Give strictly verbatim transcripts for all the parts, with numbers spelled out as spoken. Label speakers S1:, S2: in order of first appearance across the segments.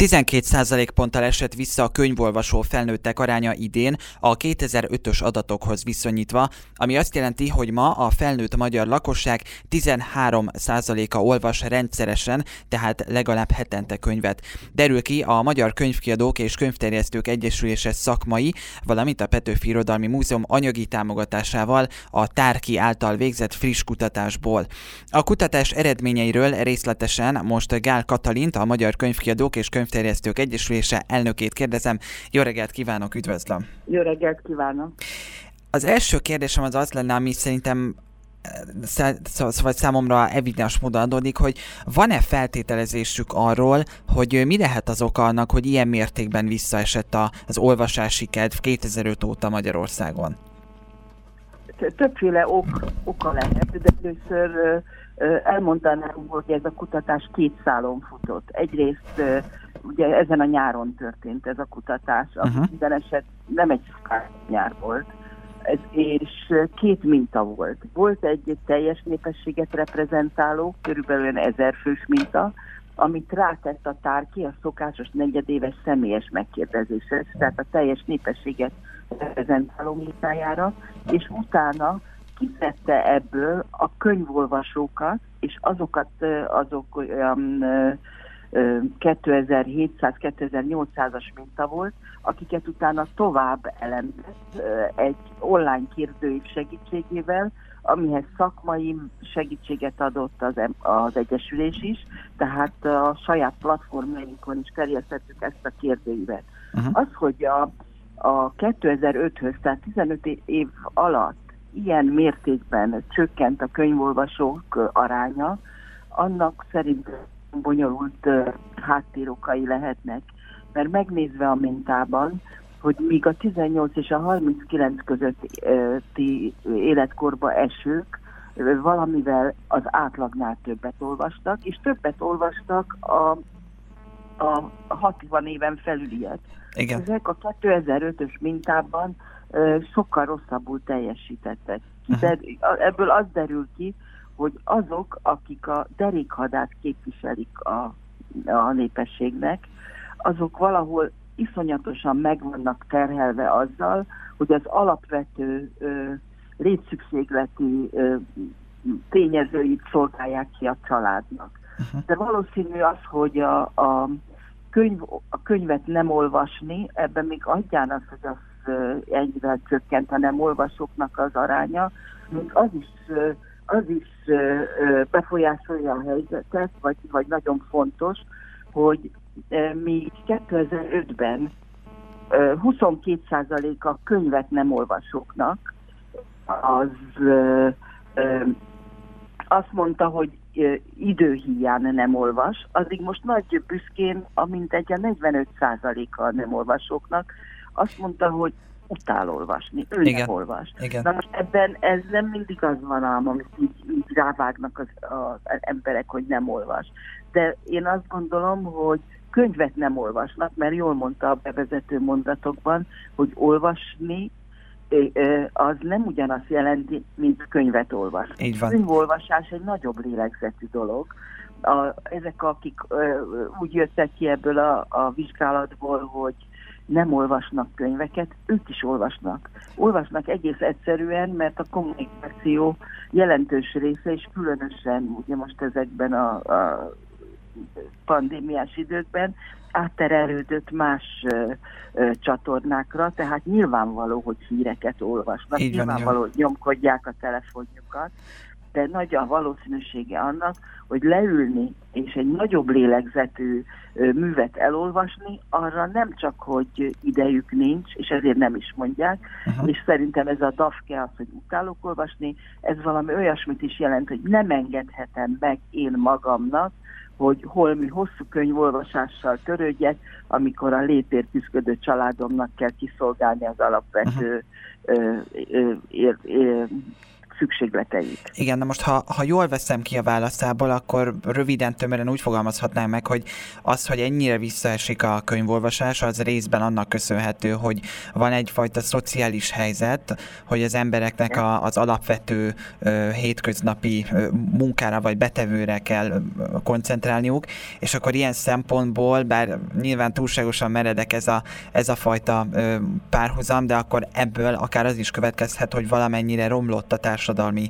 S1: tizenkét százalékponttal esett vissza a könyvolvasó felnőttek aránya idén a kétezer-ötös adatokhoz viszonyítva, ami azt jelenti, hogy ma a felnőtt magyar lakosság tizenhárom százaléka olvas rendszeresen, tehát legalább hetente könyvet. Derül ki a Magyar Könyvkiadók és Könyvterjesztők Egyesülése szakmai, valamint a Petőfi Irodalmi Múzeum anyagi támogatásával a Tárki által végzett friss kutatásból. A kutatás eredményeiről részletesen most Gál Katalint, a Magyar Könyvkiadók és Könyvterjesztők Egyesülése elnökét kérdezem. Jó reggelt kívánok, üdvözlöm!
S2: Jó reggelt kívánok!
S1: Az első kérdésem az az lenne, ami szerintem vagy számomra evidens módon adódik, hogy van-e feltételezésük arról, hogy mi lehet az oka annak, hogy ilyen mértékben visszaesett az olvasási kedv kétezer-öt óta Magyarországon?
S2: Többféle ok, oka lehet, de először elmondanám, hogy ez a kutatás két szálon futott. Egyrészt ugye ezen a nyáron történt ez a kutatás, uh-huh. ami minden eset nem egy nyár volt, ez, és két minta volt. Volt egy teljes népességet reprezentáló, körülbelül ezer fős minta, amit rátett a Tárki a szokásos negyedéves személyes megkérdezésre, tehát a teljes népességet reprezentáló mintájára, és utána kivette ebből a könyvolvasókat, és azokat azok olyan kétezer-hétszáz-kétezer-nyolcszázas minta volt, akiket utána tovább elemzett egy online kérdőív segítségével, amihez szakmai segítséget adott az, az Egyesülés is, tehát a saját platformjainkon is terjesztettük ezt a kérdőívet. Uh-huh. Az, hogy a, a kétezer-öthöz, tehát tizenöt év alatt ilyen mértékben csökkent a könyvolvasók aránya, annak szerintem bonyolult uh, háttérokai lehetnek, mert megnézve a mintában, hogy míg a tizennyolc és a harminckilenc közötti uh, életkorba esők uh, valamivel az átlagnál többet olvastak, és többet olvastak a, a hatvan éven felüliek.
S1: Igen. Ezek
S2: a kétezer-ötös mintában uh, sokkal rosszabbul teljesítettek. Uh-huh. Ebből az derül ki, hogy azok, akik a derékhadát képviselik a, a népességnek, azok valahol iszonyatosan meg vannak terhelve azzal, hogy az alapvető ö, létszükségleti ö, tényezőit szolgálják ki a családnak. Uh-huh. De valószínű az, hogy a, a, könyv, a könyvet nem olvasni, ebben még adján az, hogy az ö, ennyivel csökkent a nem olvasóknak az aránya, még az is ö, az is ö, ö, befolyásolja a helyzetet, vagy, vagy nagyon fontos, hogy ö, míg kétezer-ötben ö, huszonkét százalék a könyvet nem olvasóknak, az ö, ö, azt mondta, hogy ö, időhíján nem olvas, addig most nagy büszkén, amint egy a negyvenöt százaléka nem olvasóknak, azt mondta, hogy utál olvasni, ő
S1: Igen.
S2: nem olvas.
S1: Igen.
S2: Na most ebben ez nem mindig az van ám, amit így, így rávágnak az, az emberek, hogy nem olvas. De én azt gondolom, hogy könyvet nem olvasnak, mert jól mondta a bevezető mondatokban, hogy olvasni az nem ugyanazt jelenti, mint könyvet olvasni.
S1: Így van.
S2: Könyvolvasás egy nagyobb lélegzetű dolog. A, ezek, akik ö, úgy jöttek ki ebből a, a vizsgálatból, hogy nem olvasnak könyveket, ők is olvasnak. Olvasnak egész egyszerűen, mert a kommunikáció jelentős része, és különösen ugye most ezekben a, a pandémiás időkben átterelődött más ö, ö, csatornákra, tehát nyilvánvaló, hogy híreket olvasnak,
S1: így van,
S2: nyilvánvaló, hogy nyomkodják a telefonjukat, de nagy a valószínűsége annak, hogy leülni és egy nagyobb lélegzetű művet elolvasni, arra nem csak, hogy idejük nincs, és ezért nem is mondják, uh-huh. és szerintem ez a dafke az, hogy utálok olvasni, ez valami olyasmit is jelent, hogy nem engedhetem meg én magamnak, hogy holmi hosszú könyvolvasással törődjek, amikor a létért küszködő családomnak kell kiszolgálni az alapvető uh-huh. ö, ö, ö, ö, szükségleteik.
S1: Igen, na most ha, ha jól veszem ki a válaszából, akkor röviden, tömören úgy fogalmazhatnám meg, hogy az, hogy ennyire visszaesik a könyvolvasás, az részben annak köszönhető, hogy van egyfajta szociális helyzet, hogy az embereknek a, az alapvető ö, hétköznapi ö, munkára vagy betevőre kell ö, koncentrálniuk, és akkor ilyen szempontból, bár nyilván túlságosan meredek ez a, ez a fajta ö, párhuzam, de akkor ebből akár az is következhet, hogy valamennyire romlott a társadalmi,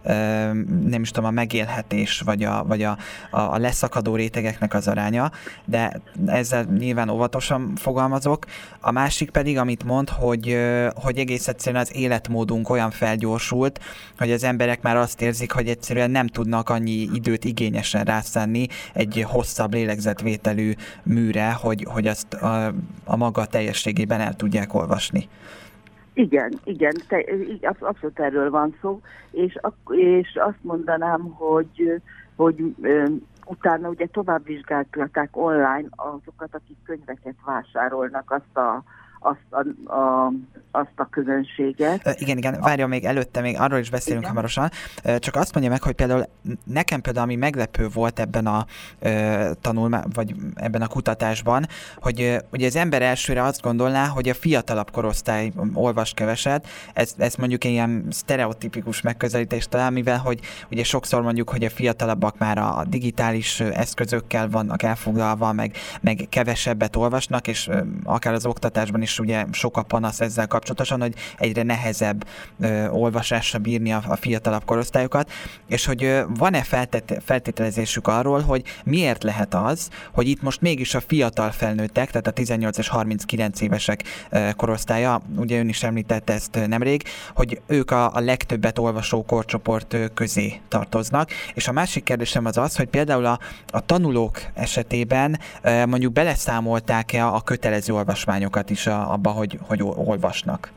S1: nem is tudom, a megélhetés, vagy a, vagy a, a leszakadó rétegeknek az aránya, de ezzel nyilván óvatosan fogalmazok. A másik pedig, amit mond, hogy, hogy egész egyszerűen az életmódunk olyan felgyorsult, hogy az emberek már azt érzik, hogy egyszerűen nem tudnak annyi időt igényesen rászánni egy hosszabb lélegzetvételű műre, hogy, hogy azt a, a maga teljességében el tudják olvasni.
S2: Igen, igen, te, abszolút erről van szó, és, és azt mondanám, hogy, hogy utána ugye tovább vizsgáltatták online azokat, akik könyveket vásárolnak, azt a, azt a, a, azt a közönséget.
S1: Igen, igen, várja még előtte, még arról is beszélünk igen. hamarosan. Csak azt mondja meg, hogy például nekem például, ami meglepő volt ebben a tanulmány, vagy ebben a kutatásban, hogy ugye az ember elsőre azt gondolná, hogy a fiatalabb korosztály olvas keveset. Ez, ez mondjuk ilyen sztereotipikus megközelítés talán, mivel hogy ugye sokszor mondjuk, hogy a fiatalabbak már a digitális eszközökkel vannak elfoglalva, meg, meg kevesebbet olvasnak, és akár az oktatásban is ugye sok a panasz ezzel kapcsolatosan, hogy egyre nehezebb ö, olvasásra bírni a, a fiatalabb korosztályokat, és hogy ö, van-e feltét, feltételezésük arról, hogy miért lehet az, hogy itt most mégis a fiatal felnőttek, tehát a tizennyolc és harminckilenc évesek ö, korosztálya, ugye ön is említette ezt nemrég, hogy ők a, a legtöbbet olvasó korcsoport ö, közé tartoznak, és a másik kérdésem az az, hogy például a, a tanulók esetében ö, mondjuk beleszámolták-e a kötelező olvasmányokat is a, abba, hogy, hogy olvasnak.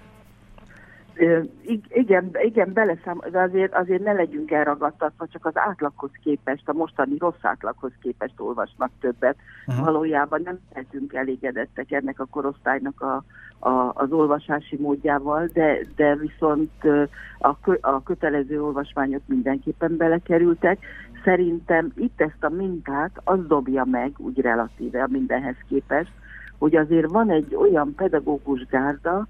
S2: Igen, igen, beleszám, de azért, azért ne legyünk elragadtatva, csak az átlaghoz képest, a mostani rossz átlaghoz képest olvasnak többet. Uh-huh. Valójában nem lehetünk elégedettek ennek a korosztálynak a, a, az olvasási módjával, de, de viszont a, kö, a kötelező olvasmányok mindenképpen belekerültek. Szerintem itt ezt a mintát az dobja meg, úgy relatíve a mindenhez képest, hogy azért van egy olyan pedagógus gárda,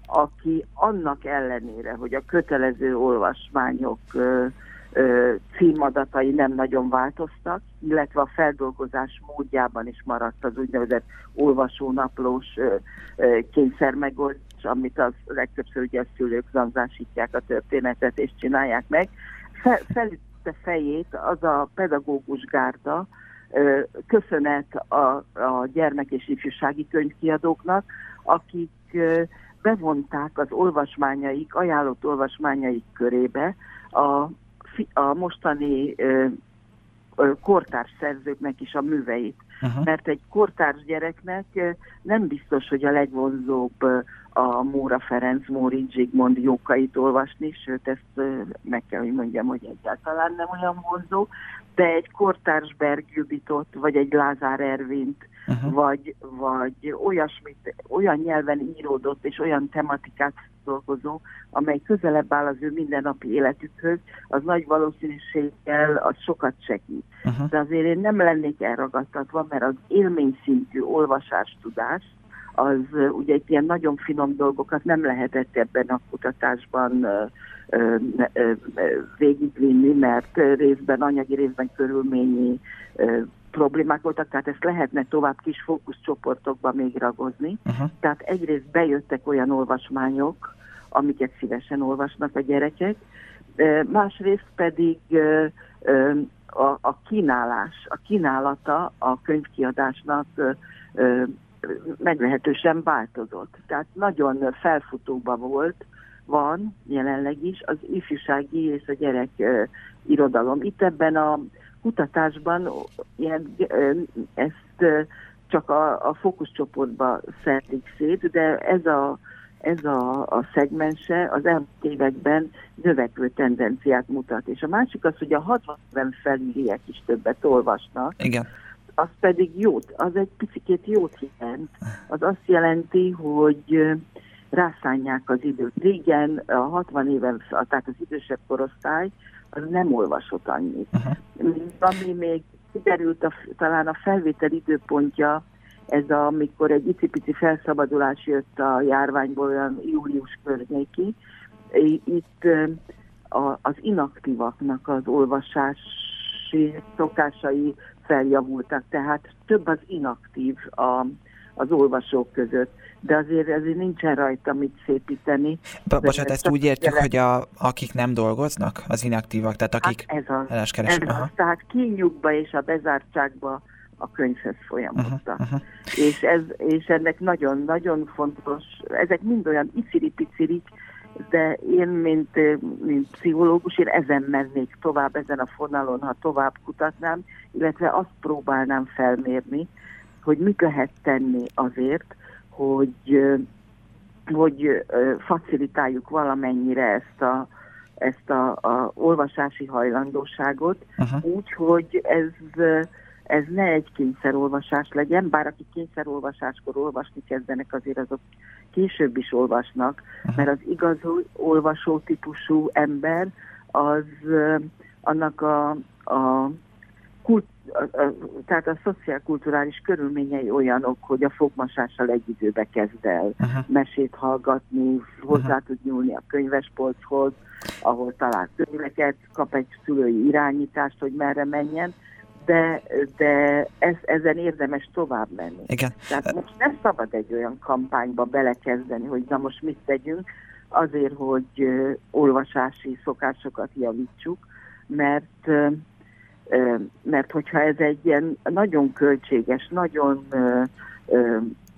S2: aki annak ellenére, hogy a kötelező olvasmányok ö, ö, címadatai nem nagyon változtak, illetve a feldolgozás módjában is maradt az úgynevezett olvasónaplós ö, ö, kényszermegoldás, amit az legtöbbször ugye a szülők zanzásítják a történetet és csinálják meg. Fel, felütte fejét az a pedagógus gárda, ö, köszönet a, a gyermek- és ifjúsági könyvkiadóknak, akik ö, bevonták az olvasmányaik, ajánlott olvasmányaik körébe a, a mostani ö, ö, kortárs szerzőknek is a műveit. Uh-huh. Mert egy kortárs gyereknek ö, nem biztos, hogy a legvonzóbb ö, a Móra Ferenc, Móricz Zsigmond jókait olvasni, sőt ezt ö, meg kell, hogy mondjam, hogy egyáltalán nem olyan vonzó, de egy kortárs Berg Juditot, vagy egy Lázár Ervint, uh-huh. vagy, vagy olyasmit, olyan nyelven íródott és olyan tematikát dolgozó, amely közelebb áll az ő mindennapi életükhöz, az nagy valószínűséggel az sokat segít. Uh-huh. De azért én nem lennék elragadtatva, mert az élményszintű olvasástudás, az ugye egy ilyen nagyon finom dolgokat nem lehetett ebben a kutatásban ö, ö, ö, végigvinni, mert részben anyagi, részben körülményi ö, problémák voltak, tehát ezt lehetne tovább kis fókuszcsoportokba még ragozni. Uh-huh. Tehát egyrészt bejöttek olyan olvasmányok, amiket szívesen olvasnak a gyerekek, másrészt pedig a, a kínálás, a kínálata a könyvkiadásnak meglehetősen változott. Tehát nagyon felfutóba volt, van jelenleg is az ifjúsági és a gyerek irodalom. Itt ebben a kutatásban ilyen, ezt csak a, a fókuszcsoportba szerzik szét, de ez a, ez a, a szegmense az elmúlt években növekvő tendenciát mutat. És a másik az, hogy a hatvan éven felüliek is többet olvasnak.
S1: Igen.
S2: Az pedig jót, az egy picikét jót jelent. Az azt jelenti, hogy rászánják az időt. Régen a hatvan éven, tehát az idősebb korosztály, az nem olvasott annyit. Uh-huh. Ami még kiderült, a, talán a felvétel időpontja, ez a, amikor egy icipici felszabadulás jött a járványból, olyan július környéki, itt a, az inaktívaknak az olvasási szokásai feljavultak, tehát több az inaktív a, az olvasók között, de azért azért nincsen rajta mit szépíteni.
S1: Bo- bocsánat, ezt úgy értjük, jelen... hogy a, akik nem dolgoznak, az inaktívak, tehát akik
S2: hát ez az,
S1: eleskeresek.
S2: Ez az, tehát kínjukba és a bezártságba a könyvhez folyamodtak. Uh-huh, uh-huh. És, ez, és ennek nagyon-nagyon fontos, ezek mind olyan iciri-picirik, de én, mint, mint pszichológus, én ezen mennék tovább, ezen a fonalon, ha tovább kutatnám, illetve azt próbálnám felmérni, hogy mit lehet tenni azért, hogy, hogy facilitáljuk valamennyire ezt a, ezt a, a olvasási hajlandóságot, uh-huh. úgy, hogy ez, ez ne egy kényszerolvasás legyen, bár akik kényszerolvasáskor olvasni kezdenek, azért azok később is olvasnak, uh-huh. mert az igazú olvasó típusú ember az annak a, a, kult, a, a tehát a szociálkulturális körülményei olyanok, hogy a fogmasással egy időbe kezd el uh-huh. mesét hallgatni, hozzá uh-huh. tud nyúlni a könyvespolchoz, ahol talál könyveket, kap egy szülői irányítást, hogy merre menjen, de, de ez, ezen érdemes tovább menni.
S1: Igen.
S2: Tehát most nem szabad egy olyan kampányba belekezdeni, hogy na most mit tegyünk, azért, hogy uh, olvasási szokásokat javítsuk, mert, uh, uh, mert hogyha ez egy ilyen nagyon költséges, nagyon uh, uh,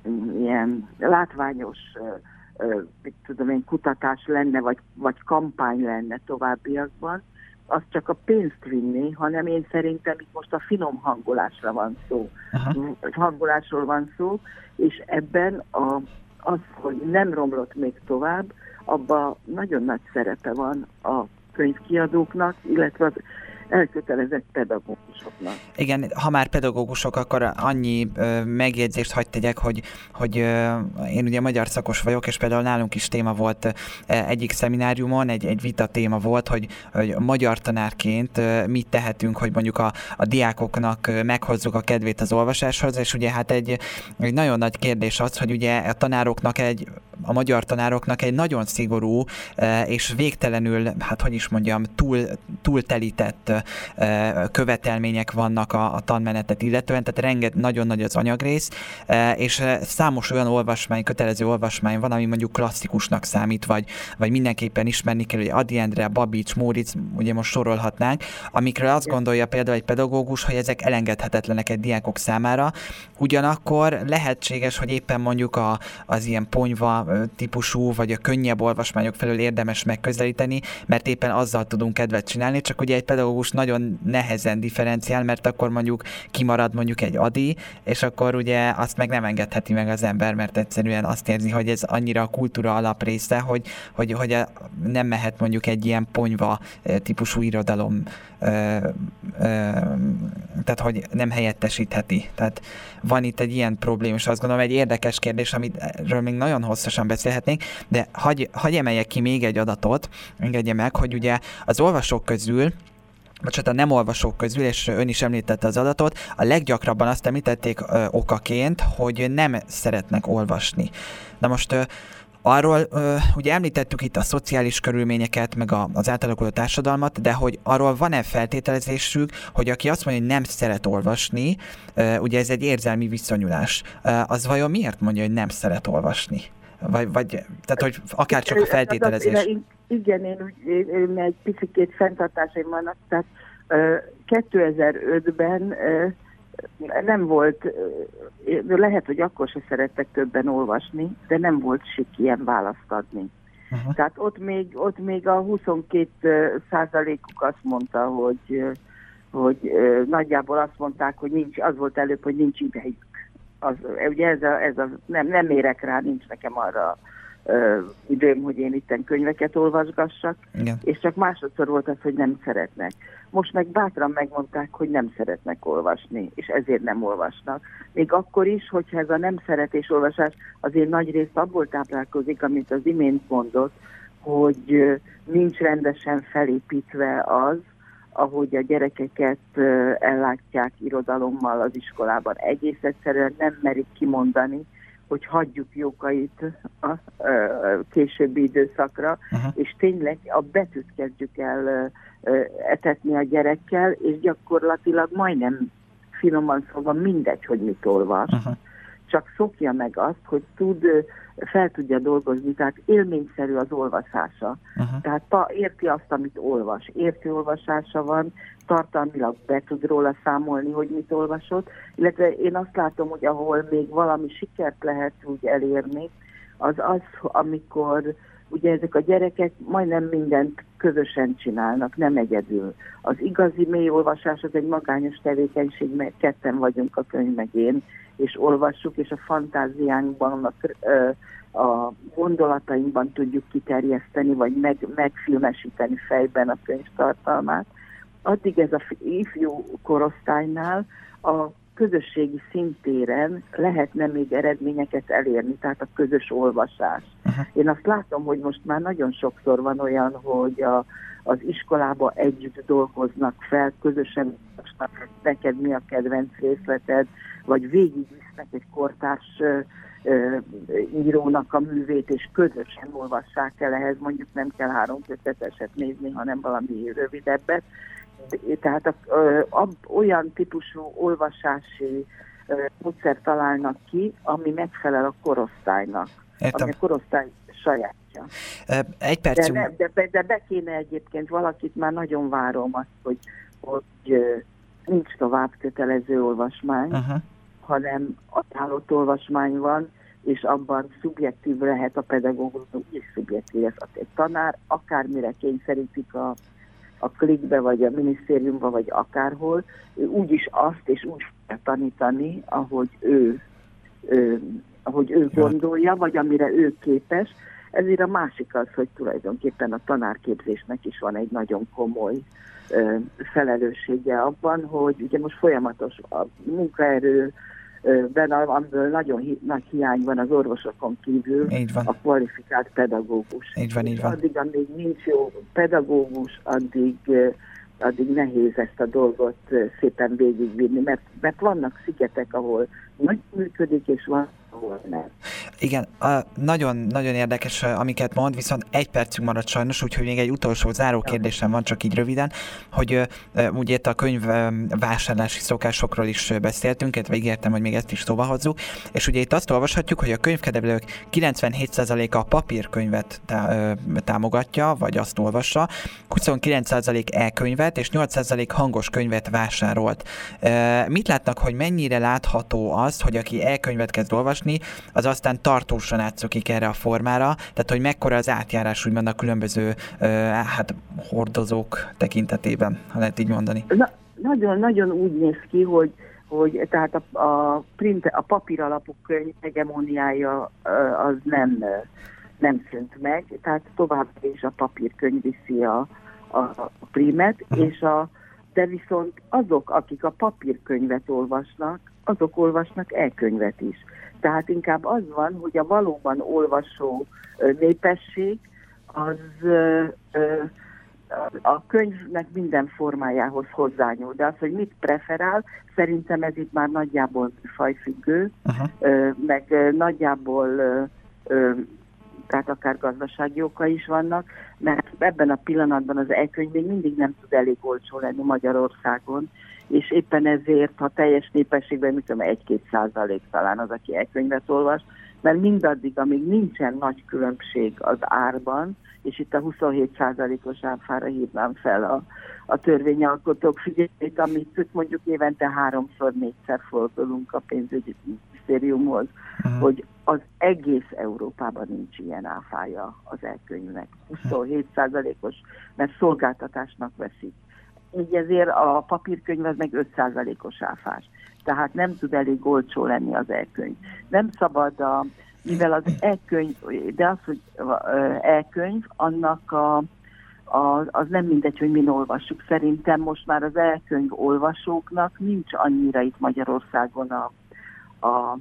S2: ilyen látványos uh, uh, mit tudom én, kutatás lenne, vagy, vagy kampány lenne továbbiakban, az csak a pénzt vinni, hanem én szerintem itt most a finom hangolásra van szó. Aha. Hangolásról van szó, és ebben a, az, hogy nem romlott még tovább, abban nagyon nagy szerepe van a könyvkiadóknak, illetve az elkötelezett pedagógusoknak.
S1: Igen, ha már pedagógusok, akkor annyi ö, megjegyzést hadd tegyek, hogy, hogy ö, én ugye magyar szakos vagyok, és például nálunk is téma volt ö, egyik szemináriumon, egy, egy vita téma volt, hogy, hogy magyar tanárként ö, mit tehetünk, hogy mondjuk a, a diákoknak ö, meghozzuk a kedvét az olvasáshoz, és ugye hát egy, egy nagyon nagy kérdés az, hogy ugye a tanároknak egy a magyar tanároknak egy nagyon szigorú és végtelenül, hát hogy is mondjam, túl, túltelített követelmények vannak a, a tanmenetet illetően, tehát renget, nagyon nagy az anyagrész, és számos olyan olvasmány, kötelező olvasmány van, ami mondjuk klasszikusnak számít, vagy, vagy mindenképpen ismerni kell, hogy Ady Endre, Babics, Móricz, ugye most sorolhatnánk, amikről azt gondolja például egy pedagógus, hogy ezek elengedhetetlenek egy diákok számára. Ugyanakkor lehetséges, hogy éppen mondjuk a, az ilyen ponyva típusú, vagy a könnyebb olvasmányok felől érdemes megközelíteni, mert éppen azzal tudunk kedvet csinálni, csak ugye egy pedagógus nagyon nehezen differenciál, mert akkor mondjuk kimarad mondjuk egy Ady, és akkor ugye azt meg nem engedheti meg az ember, mert egyszerűen azt érzi, hogy ez annyira a kultúra alaprésze, hogy, hogy, hogy a, nem mehet mondjuk egy ilyen ponyva típusú irodalom, ö, ö, tehát hogy nem helyettesítheti. Tehát van itt egy ilyen probléma, és azt gondolom egy érdekes kérdés, amiről még nagyon hosszasan beszélhetnénk, de hagy, hagy emeljek ki még egy adatot, engedje meg, hogy ugye az olvasók közül, vagy a nem olvasók közül, és ön is említette az adatot, a leggyakrabban azt említették ö, okaként, hogy nem szeretnek olvasni. Na most ö, arról, ö, ugye említettük itt a szociális körülményeket, meg a, az átalakuló társadalmat, de hogy arról van-e feltételezésük, hogy aki azt mondja, hogy nem szeret olvasni, ö, ugye ez egy érzelmi viszonyulás, ö, az vajon miért mondja, hogy nem szeret olvasni? Vagy, vagy tehát, hogy akár csak a feltételezés.
S2: Én, igen, én, én, én egy picit fenntartásaim vannak, tehát uh, kétezer-ötben uh, nem volt, uh, lehet, hogy akkor se szerettek többen olvasni, de nem volt sik ilyen választ adni. Uh-huh. Tehát ott még, ott még a huszonkét százalékuk azt mondta, hogy, uh, hogy uh, nagyjából azt mondták, hogy nincs, az volt előbb, hogy nincs idejük. Az, ugye ez a, ez a nem, nem érek rá, nincs nekem arra ö, időm, hogy én itten könyveket olvasgassak,
S1: igen.
S2: és csak másodszor volt az, hogy nem szeretnek. Most meg bátran megmondták, hogy nem szeretnek olvasni, és ezért nem olvasnak. Még akkor is, hogyha ez a nem szeretés olvasás azért nagy részt abból táplálkozik, amit az imént mondott, hogy nincs rendesen felépítve az, ahogy a gyerekeket ellátják irodalommal az iskolában. Egész egyszerűen nem merik kimondani, hogy hagyjuk Jókait a, a, a későbbi időszakra, uh-huh. és tényleg a betűt kezdjük el etetni a gyerekkel, és gyakorlatilag majdnem finoman szóval mindegy, hogy mit olvas. Uh-huh. Csak szokja meg azt, hogy tud, fel tudja dolgozni, tehát élményszerű az olvasása. Uh-huh. Tehát ta, érti azt, amit olvas. Érti olvasása van, tartalmilag be tud róla számolni, hogy mit olvasott, illetve én azt látom, hogy ahol még valami sikert lehet úgy elérni, az az, amikor ugye ezek a gyerekek majdnem mindent közösen csinálnak, nem egyedül. Az igazi mély olvasás az egy magányos tevékenység, mert ketten vagyunk a könyv meg én, és olvassuk, és a fantáziánkban, a, a gondolatainkban tudjuk kiterjeszteni, vagy meg, megfilmesíteni fejben a könyv tartalmát. Addig ez a ifjú korosztálynál a közösségi szintéren lehetne még eredményeket elérni, tehát a közös olvasás. Uh-huh. Én azt látom, hogy most már nagyon sokszor van olyan, hogy a, az iskolába együtt dolgoznak fel, közösen olvasnak, neked mi a kedvenc részleted, vagy végigvisznek egy kortárs ö, ö, írónak a művét, és közösen olvassák el, ehhez mondjuk nem kell három köteteset nézni, hanem valami rövidebbet. Tehát a, ö, ab, olyan típusú olvasási ö, módszer találnak ki, ami megfelel a korosztálynak. Értem. Ami a korosztály sajátja.
S1: Egy percünk.
S2: De, de, de be kéne egyébként valakit, már nagyon várom azt, hogy, hogy nincs tovább kötelező olvasmány, uh-huh. hanem ajánlott olvasmány van, és abban szubjektív lehet a pedagógus, és szubjektív ez egy tanár, akármire kényszerítik a, a klikbe, vagy a minisztériumba, vagy akárhol, ő úgyis azt és úgy fogja tanítani, ahogy ő, ő, ahogy ő gondolja, vagy amire ő képes. Ezért a másik az, hogy tulajdonképpen a tanárképzésnek is van egy nagyon komoly ö, felelőssége abban, hogy ugye most folyamatos a munkaerő, ben, amiből nagyon hi- nagy hiány van az orvosokon kívül, a kvalifikált pedagógus.
S1: Így van, így van.
S2: Addig, amíg nincs jó pedagógus, addig, addig nehéz ezt a dolgot szépen végigvinni, mert, mert vannak szigetek, ahol nagy működik, és van, ahol nem.
S1: Igen, nagyon, nagyon érdekes, amiket mond, viszont egy percünk maradt sajnos, úgyhogy még egy utolsó záró kérdésem van, csak így röviden, hogy ugye itt a könyv vásárlási szokásokról is beszéltünk, illetve ígértem, hogy még ezt is szóba hozzuk, és ugye itt azt olvashatjuk, hogy a könyvkedvelők kilencvenhét százaléka a papírkönyvet támogatja, vagy azt olvassa, huszonkilenc százalék e-könyvet, és nyolc százalék hangos könyvet vásárolt. Mit látnak, hogy mennyire látható az, hogy aki e-könyvet kezd olvasni, az aztán tartósan átszokik erre a formára, tehát hogy mekkora az átjárás úgymond a különböző uh, hát, hordozók tekintetében, ha lehet így mondani.
S2: Na, nagyon, nagyon úgy néz ki, hogy, hogy tehát a, a, print, a papír alapú könyv hegemóniája uh, az nem, uh, nem szűnt meg, tehát továbbra is a papírkönyv viszi a, a, a primet, uh-huh. és a, de viszont azok, akik a papírkönyvet olvasnak, azok olvasnak e-könyvet is. Tehát inkább az van, hogy a valóban olvasó népesség az ö, ö, a könyvnek minden formájához hozzányúl. De az, hogy mit preferál, szerintem ez itt már nagyjából fajfüggő, uh-huh. ö, meg ö, nagyjából ö, ö, tehát akár gazdasági oka is vannak, mert ebben a pillanatban az e-könyv még mindig nem tud elég olcsó lenni Magyarországon, és éppen ezért, ha teljes népességben, mit tudom, egy-két százalék talán az, aki e-könyvet olvas, mert mindaddig, amíg nincsen nagy különbség az árban, és itt a huszonhét százalékos áfára hívnám fel a, a törvényalkotók figyelmét, amit mondjuk évente háromszor, négyszer fordulunk a pénzügyi minisztériumhoz, uh-huh. hogy az egész Európában nincs ilyen áfája az e-könyvnek. huszonhét százalékos, mert szolgáltatásnak veszik. Így ezért a papírkönyv az meg öt százalékos áfás. Tehát nem tud elég olcsó lenni az e-könyv. Nem szabad a mivel az e-könyv, de az, hogy e-könyv, annak a, a, az nem mindegy, hogy min olvassuk. Szerintem most már az e-könyv olvasóknak nincs annyira itt Magyarországon a, a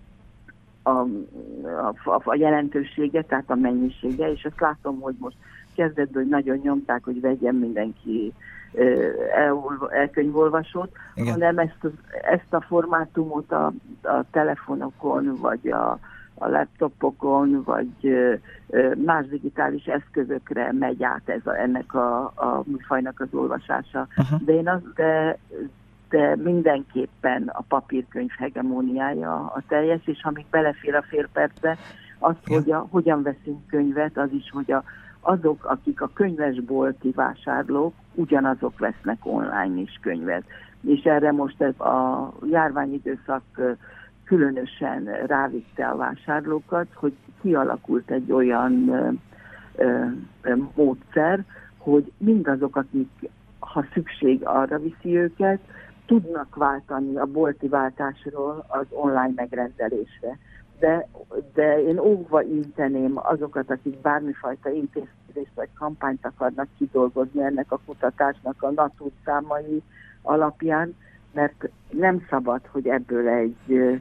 S2: A, a, a jelentősége, tehát a mennyisége, és ezt látom, hogy most kezdetben, hogy nagyon nyomták, hogy vegyen mindenki elkönyvolvasót, hanem ezt, az, ezt a formátumot a, a telefonokon, vagy a, a laptopokon, vagy más digitális eszközökre megy át ez a, ennek a, a műfajnak az olvasása. Uh-huh. De én az, de de mindenképpen a papírkönyv hegemóniája a teljes, és ha még belefér a fél percbe, az, ja. hogy a, hogyan veszünk könyvet, az is, hogy a, azok, akik a könyvesbolti vásárlók, ugyanazok vesznek online is könyvet. És erre most ez a járványidőszak különösen rávitte a vásárlókat, hogy kialakult egy olyan ö, ö, ö, módszer, hogy mindazok, akik, ha szükség arra viszi őket, tudnak váltani a bolti váltásról az online megrendelésre. De, de én óvva inteném azokat, akik bármifajta intézkedést vagy kampányt akarnak kidolgozni ennek a kutatásnak a natúrszámai alapján, mert nem szabad, hogy ebből egy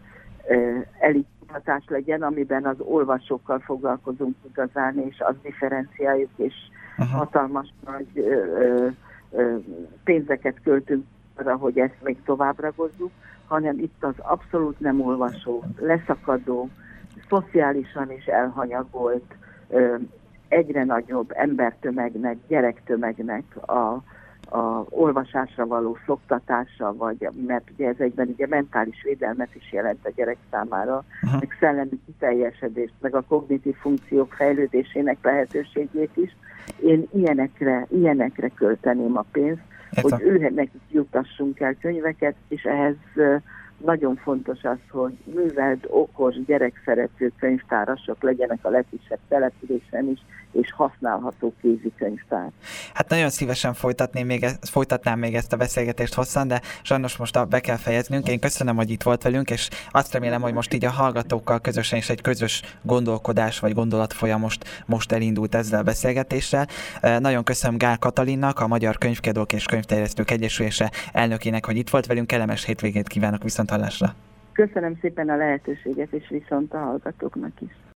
S2: elitkutatás legyen, amiben az olvasókkal foglalkozunk igazán, és az differenciáljuk, és uh-huh. hatalmas nagy ö, ö, pénzeket költünk arra, hogy ezt még tovább ragozzuk, hanem itt az abszolút nem olvasó, leszakadó, szociálisan is elhanyagolt, ö, egyre nagyobb embertömegnek, gyerektömegnek a, a olvasásra való szoktatása, vagy, mert ugye ez egyben ugye mentális védelmet is jelent a gyerek számára, uh-huh. meg szellemi kiteljesedést, meg a kognitív funkciók fejlődésének lehetőségét is. Én ilyenekre, ilyenekre költeném a pénzt, Értem. hogy őnek jutassunk el könyveket, és ehhez nagyon fontos az, hogy művelt, okos, gyerekszerető könyvtárasok legyenek a legkisebb településen is, és használható kézi könyvtár.
S1: Hát nagyon szívesen folytatném még ezt, folytatnám még ezt a beszélgetést hosszan, de sajnos most be kell fejeznünk. Én köszönöm, hogy itt volt velünk, és azt remélem, hogy most így a hallgatókkal közösen is egy közös gondolkodás vagy gondolatfolyam most, most elindult ezzel a beszélgetéssel. Nagyon köszönöm Gál Katalinnak, a Magyar Könyvkiadók és Könyvterjesztők Egyesülése elnökének, hogy itt volt velünk. Kellemes hétvégét kívánok, viszonthallásra.
S2: Köszönöm szépen a lehetőséget, és viszont a hallgatóknak is.